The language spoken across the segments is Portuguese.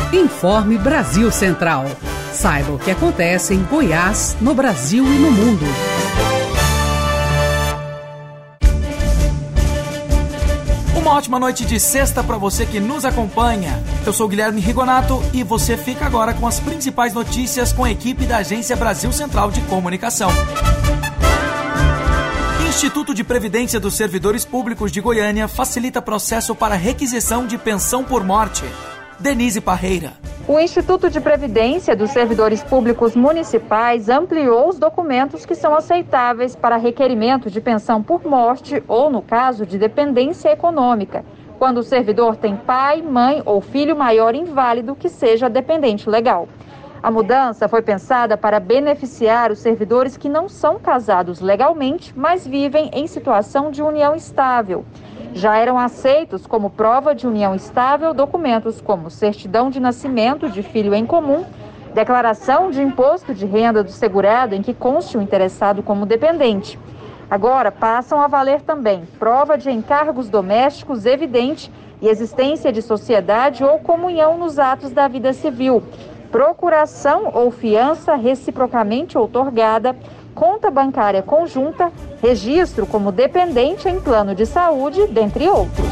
Informe Brasil Central. Saiba o que acontece em Goiás, no Brasil e no mundo. Uma ótima noite de sexta para você que nos acompanha. Eu sou Guilherme Rigonato e você fica agora com as principais notícias com a equipe da Agência Brasil Central de Comunicação. Instituto de Previdência dos Servidores Públicos de Goiânia facilita processo para requisição de pensão por morte. Denise Parreira. O Instituto de Previdência dos Servidores Públicos Municipais ampliou os documentos que são aceitáveis para requerimento de pensão por morte ou, no caso, de dependência econômica, quando o servidor tem pai, mãe ou filho maior inválido que seja dependente legal. A mudança foi pensada para beneficiar os servidores que não são casados legalmente, mas vivem em situação de união estável. Já eram aceitos como prova de união estável documentos como certidão de nascimento de filho em comum, declaração de imposto de renda do segurado em que conste o interessado como dependente. Agora passam a valer também prova de encargos domésticos evidente e existência de sociedade ou comunhão nos atos da vida civil, procuração ou fiança reciprocamente outorgada, conta bancária conjunta, registro como dependente em plano de saúde, dentre outros.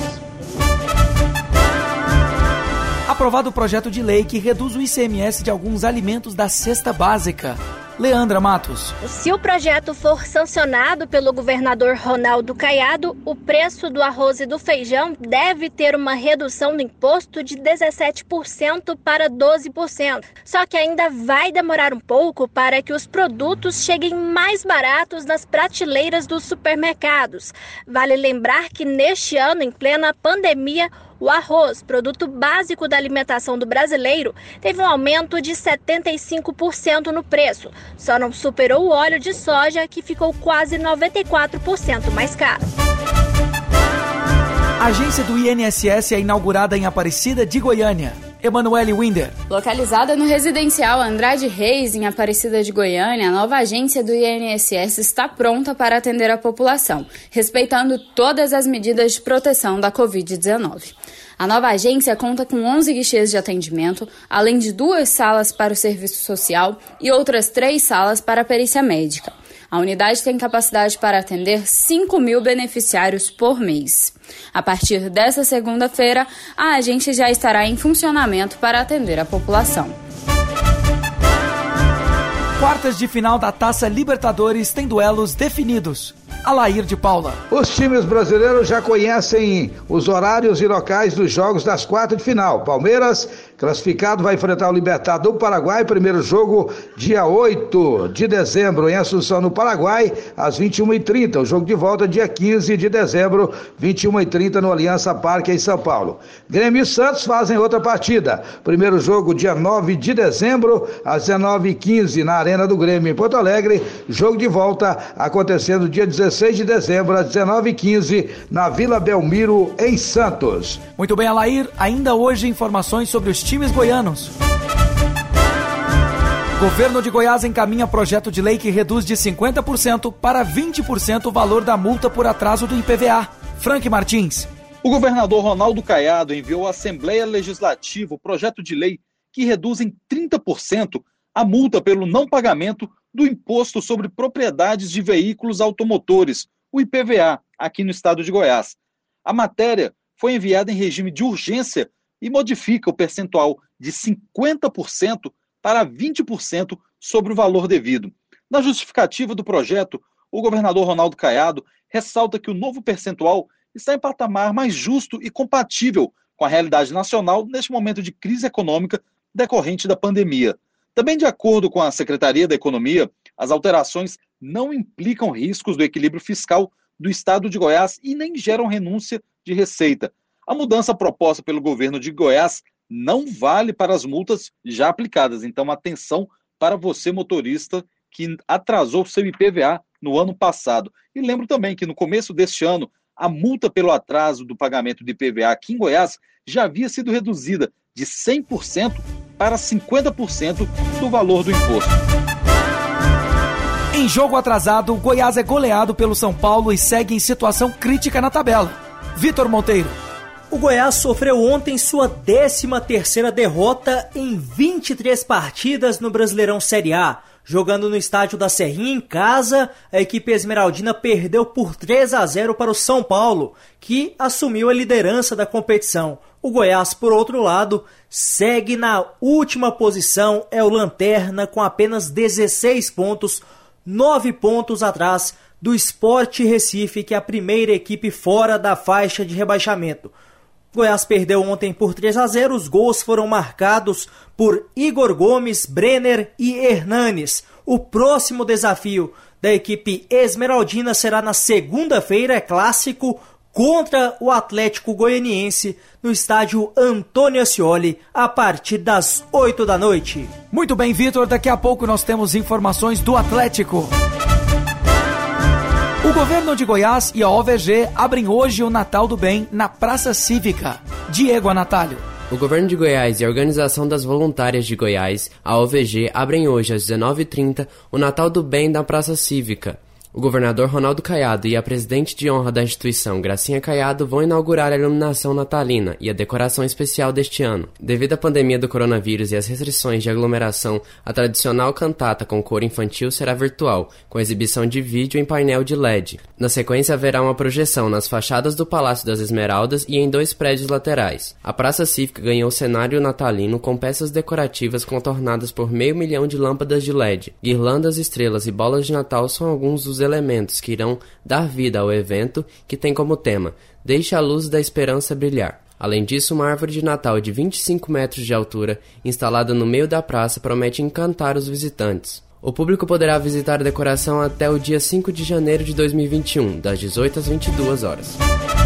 Aprovado o projeto de lei que reduz o ICMS de alguns alimentos da cesta básica. Leandra Matos. Se o projeto for sancionado pelo governador Ronaldo Caiado, o preço do arroz e do feijão deve ter uma redução do imposto de 17% para 12%. Só que ainda vai demorar um pouco para que os produtos cheguem mais baratos nas prateleiras dos supermercados. Vale lembrar que neste ano, em plena pandemia, o arroz, produto básico da alimentação do brasileiro, teve um aumento de 75% no preço. Só não superou o óleo de soja, que ficou quase 94% mais caro. A agência do INSS é inaugurada em Aparecida de Goiânia. Emanuele Winder. Localizada no residencial Andrade Reis, em Aparecida de Goiânia, a nova agência do INSS está pronta para atender a população, respeitando todas as medidas de proteção da Covid-19. A nova agência conta com 11 guichês de atendimento, além de 2 salas para o serviço social e outras 3 salas para a perícia médica. A unidade tem capacidade para atender 5.000 beneficiários por mês. A partir desta segunda-feira, a agência já estará em funcionamento para atender a população. Quartas de final da Taça Libertadores tem duelos definidos. Alair de Paula. Os times brasileiros já conhecem os horários e locais dos jogos das quartas de final. Palmeiras, classificado, vai enfrentar o Libertad do Paraguai. Primeiro jogo, dia 8 de dezembro, em Assunção, no Paraguai, às 21h30. O jogo de volta, dia 15 de dezembro, 21h30, no Aliança Parque, em São Paulo. Grêmio e Santos fazem outra partida. Primeiro jogo, dia 9 de dezembro, às 19h15, na Arena do Grêmio, em Porto Alegre. Jogo de volta acontecendo dia 16 de dezembro, às 19h15, na Vila Belmiro, em Santos. Muito bem, Alair. Ainda hoje, informações sobre os times goianos. Governo de Goiás encaminha projeto de lei que reduz de 50% para 20% o valor da multa por atraso do IPVA. Frank Martins. O governador Ronaldo Caiado enviou à Assembleia Legislativa o projeto de lei que reduz em 30% a multa pelo não pagamento do Imposto sobre Propriedades de Veículos Automotores, o IPVA, aqui no estado de Goiás. A matéria foi enviada em regime de urgência e modifica o percentual de 50% para 20% sobre o valor devido. Na justificativa do projeto, o governador Ronaldo Caiado ressalta que o novo percentual está em patamar mais justo e compatível com a realidade nacional neste momento de crise econômica decorrente da pandemia. Também, de acordo com a Secretaria da Economia, as alterações não implicam riscos do equilíbrio fiscal do estado de Goiás e nem geram renúncia de receita. A mudança proposta pelo governo de Goiás não vale para as multas já aplicadas. Então, atenção para você, motorista, que atrasou o seu IPVA no ano passado. E lembro também que no começo deste ano, a multa pelo atraso do pagamento do IPVA aqui em Goiás já havia sido reduzida de 100% para 50% do valor do imposto. Em jogo atrasado, o Goiás é goleado pelo São Paulo e segue em situação crítica na tabela. Vitor Monteiro. O Goiás sofreu ontem sua 13ª derrota em 23 partidas no Brasileirão Série A. Jogando no estádio da Serrinha em casa, a equipe esmeraldina perdeu por 3-0 para o São Paulo, que assumiu a liderança da competição. O Goiás, por outro lado, segue na última posição, é o lanterna com apenas 16 pontos, 9 pontos atrás do Sport Recife, que é a primeira equipe fora da faixa de rebaixamento. Goiás perdeu ontem por 3-0, os gols foram marcados por Igor Gomes, Brenner e Hernanes. O próximo desafio da equipe esmeraldina será na segunda-feira, clássico, contra o Atlético Goianiense no estádio Antônio Ascioli, a partir das 8 da noite. Muito bem, Vitor, daqui a pouco nós temos informações do Atlético. O governo de Goiás e a OVG abrem hoje o Natal do Bem na Praça Cívica. Diego Anatalho. O governo de Goiás e a Organização das Voluntárias de Goiás, a OVG, abrem hoje às 19h30 o Natal do Bem na Praça Cívica. O governador Ronaldo Caiado e a presidente de honra da instituição, Gracinha Caiado, vão inaugurar a iluminação natalina e a decoração especial deste ano. Devido à pandemia do coronavírus e às restrições de aglomeração, a tradicional cantata com coro infantil será virtual, com exibição de vídeo em painel de LED. Na sequência, haverá uma projeção nas fachadas do Palácio das Esmeraldas e em 2 prédios laterais. A Praça Cívica ganhou cenário natalino com peças decorativas contornadas por 500 mil de lâmpadas de LED. Guirlandas, estrelas e bolas de Natal são alguns dos elementos que irão dar vida ao evento, que tem como tema Deixe a luz da esperança brilhar. Além disso, uma árvore de Natal de 25 metros de altura, instalada no meio da praça, promete encantar os visitantes. O público poderá visitar a decoração até o dia 5 de janeiro de 2021, das 18 às 22 horas.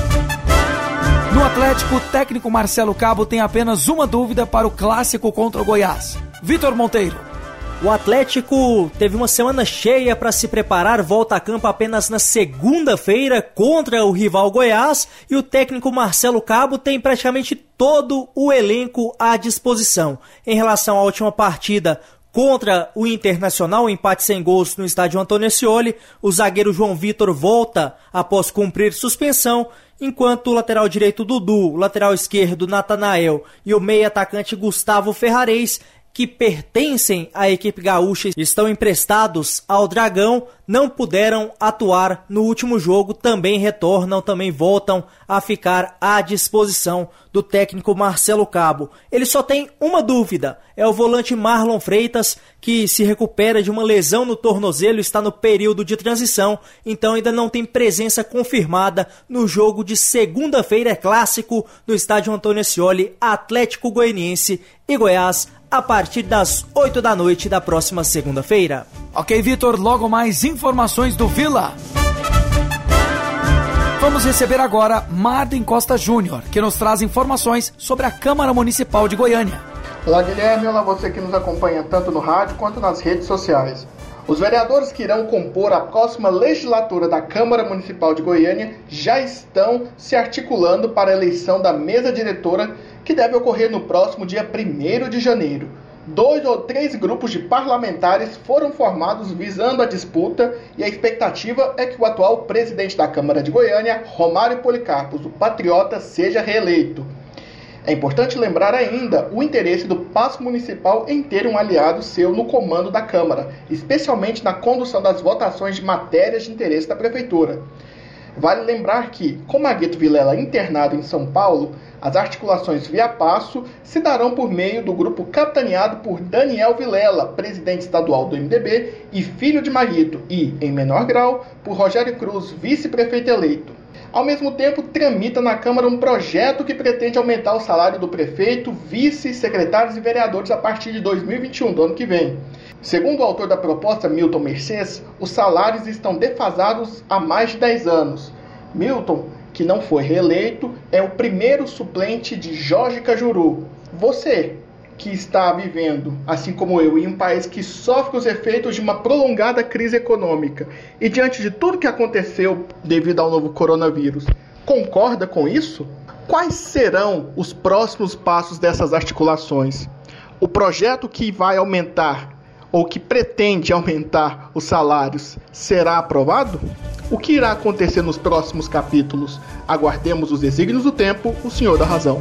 No Atlético, o técnico Marcelo Cabo tem apenas uma dúvida para o clássico contra o Goiás. Vitor Monteiro. O Atlético teve uma semana cheia para se preparar, volta a campo apenas na segunda-feira contra o rival Goiás, e o técnico Marcelo Cabo tem praticamente todo o elenco à disposição. Em relação à última partida contra o Internacional, um empate sem gols no estádio Antônio Ascioli, o zagueiro João Vitor volta após cumprir suspensão, enquanto o lateral direito Dudu, o lateral esquerdo Natanael e o meia-atacante Gustavo Ferrarez, que pertencem à equipe gaúcha, estão emprestados ao Dragão, não puderam atuar no último jogo, também retornam, também voltam a ficar à disposição do técnico Marcelo Cabo. Ele só tem uma dúvida, é o volante Marlon Freitas, que se recupera de uma lesão no tornozelo, está no período de transição, então ainda não tem presença confirmada no jogo de segunda-feira, clássico, no estádio Antônio Ascioli, Atlético Goianiense e Goiás, a partir das 8 da noite da próxima segunda-feira. Ok, Vitor, logo mais informações do Vila. Vamos receber agora Marden Costa Júnior, que nos traz informações sobre a Câmara Municipal de Goiânia. Olá, Guilherme, olá você que nos acompanha tanto no rádio quanto nas redes sociais. Os vereadores que irão compor a próxima legislatura da Câmara Municipal de Goiânia já estão se articulando para a eleição da mesa diretora, que deve ocorrer no próximo dia 1º de janeiro. 2 ou 3 grupos de parlamentares foram formados visando a disputa e a expectativa é que o atual presidente da Câmara de Goiânia, Romário Policarpos, o patriota, seja reeleito. É importante lembrar ainda o interesse do Paço Municipal em ter um aliado seu no comando da Câmara, especialmente na condução das votações de matérias de interesse da Prefeitura. Vale lembrar que, com Maguito Vilela internado em São Paulo, as articulações via Paço se darão por meio do grupo capitaneado por Daniel Vilela, presidente estadual do MDB e filho de Maguito, e, em menor grau, por Rogério Cruz, vice-prefeito eleito. Ao mesmo tempo, tramita na Câmara um projeto que pretende aumentar o salário do prefeito, vice, secretários e vereadores a partir de 2021, do ano que vem. Segundo o autor da proposta, Milton Mercês, os salários estão defasados há mais de 10 anos. Milton, que não foi reeleito, é o primeiro suplente de Jorge Cajuru. Você, que está vivendo, assim como eu, em um país que sofre os efeitos de uma prolongada crise econômica e diante de tudo que aconteceu devido ao novo coronavírus, concorda com isso? Quais serão os próximos passos dessas articulações? O projeto que vai aumentar ou que pretende aumentar os salários, será aprovado? O que irá acontecer nos próximos capítulos? Aguardemos os desígnios do tempo, o Senhor da Razão.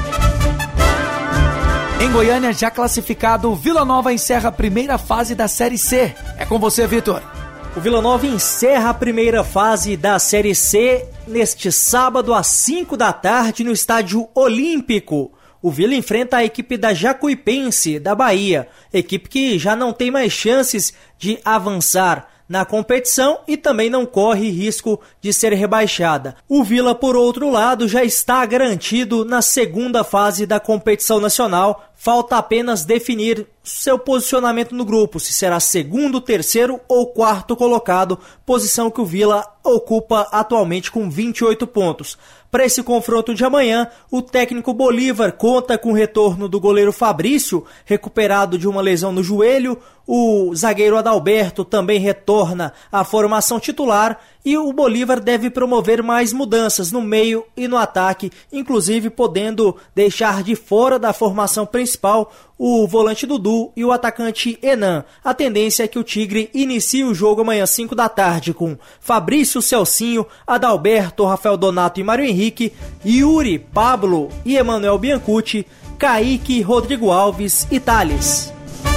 Em Goiânia, já classificado, o Vila Nova encerra a primeira fase da Série C. É com você, Vitor. O Vila Nova encerra a primeira fase da Série C neste sábado às 5 da tarde no Estádio Olímpico. O Vila enfrenta a equipe da Jacuipense, da Bahia, equipe que já não tem mais chances de avançar na competição e também não corre risco de ser rebaixada. O Vila, por outro lado, já está garantido na segunda fase da competição nacional. Falta apenas definir seu posicionamento no grupo, se será segundo, terceiro ou quarto colocado, posição que o Vila ocupa atualmente com 28 pontos. Para esse confronto de amanhã, o técnico Bolívar conta com o retorno do goleiro Fabrício, recuperado de uma lesão no joelho. O zagueiro Adalberto também retorna à formação titular e o Bolívar deve promover mais mudanças no meio e no ataque, inclusive podendo deixar de fora da formação principal o volante Dudu e o atacante Enan. A tendência é que o Tigre inicie o jogo amanhã às 5 da tarde com Fabrício, Celcinho, Adalberto, Rafael Donato e Mário Henrique, Yuri, Pablo e Emanuel Biancucci, Kaique, Rodrigo Alves e Thales.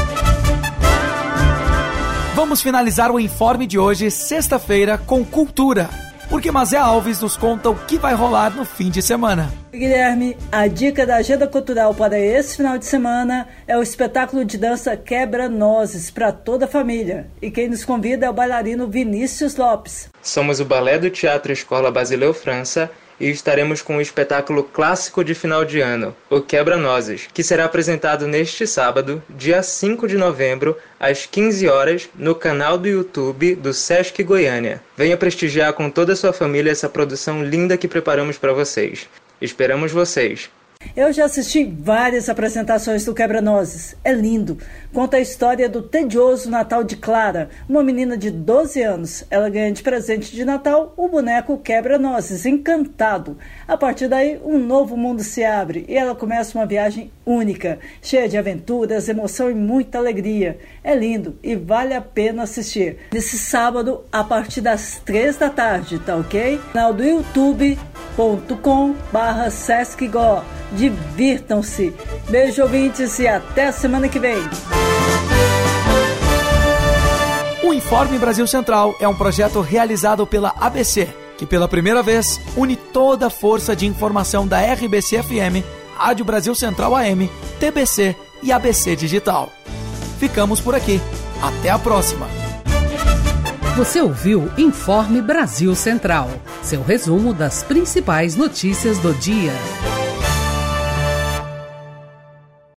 Vamos finalizar o informe de hoje, sexta-feira, com cultura, porque Mazé Alves nos conta o que vai rolar no fim de semana. Guilherme, a dica da agenda cultural para esse final de semana é o espetáculo de dança Quebra-Nozes para toda a família. E quem nos convida é o bailarino Vinícius Lopes. Somos o Balé do Teatro Escola Basileu França e estaremos com um espetáculo clássico de final de ano, o Quebra-Nozes, que será apresentado neste sábado, dia 5 de novembro, às 15 horas, no canal do YouTube do Sesc Goiânia. Venha prestigiar com toda a sua família essa produção linda que preparamos para vocês. Esperamos vocês! Eu já assisti várias apresentações do Quebra-Nozes. É lindo. Conta a história do tedioso Natal de Clara, uma menina de 12 anos. Ela ganha de presente de Natal o boneco Quebra-Nozes, encantado. A partir daí, um novo mundo se abre e ela começa uma viagem única, cheia de aventuras, emoção e muita alegria. É lindo e vale a pena assistir. Nesse sábado, a partir das 3 da tarde, tá ok? Canal do youtube.com/SescGo. Divirtam-se. Beijo, ouvintes, e até a semana que vem. O Informe Brasil Central é um projeto realizado pela ABC, que pela primeira vez une toda a força de informação da RBC-FM, Rádio Brasil Central AM, TBC e ABC Digital. Ficamos por aqui. Até a próxima. Você ouviu Informe Brasil Central, seu resumo das principais notícias do dia.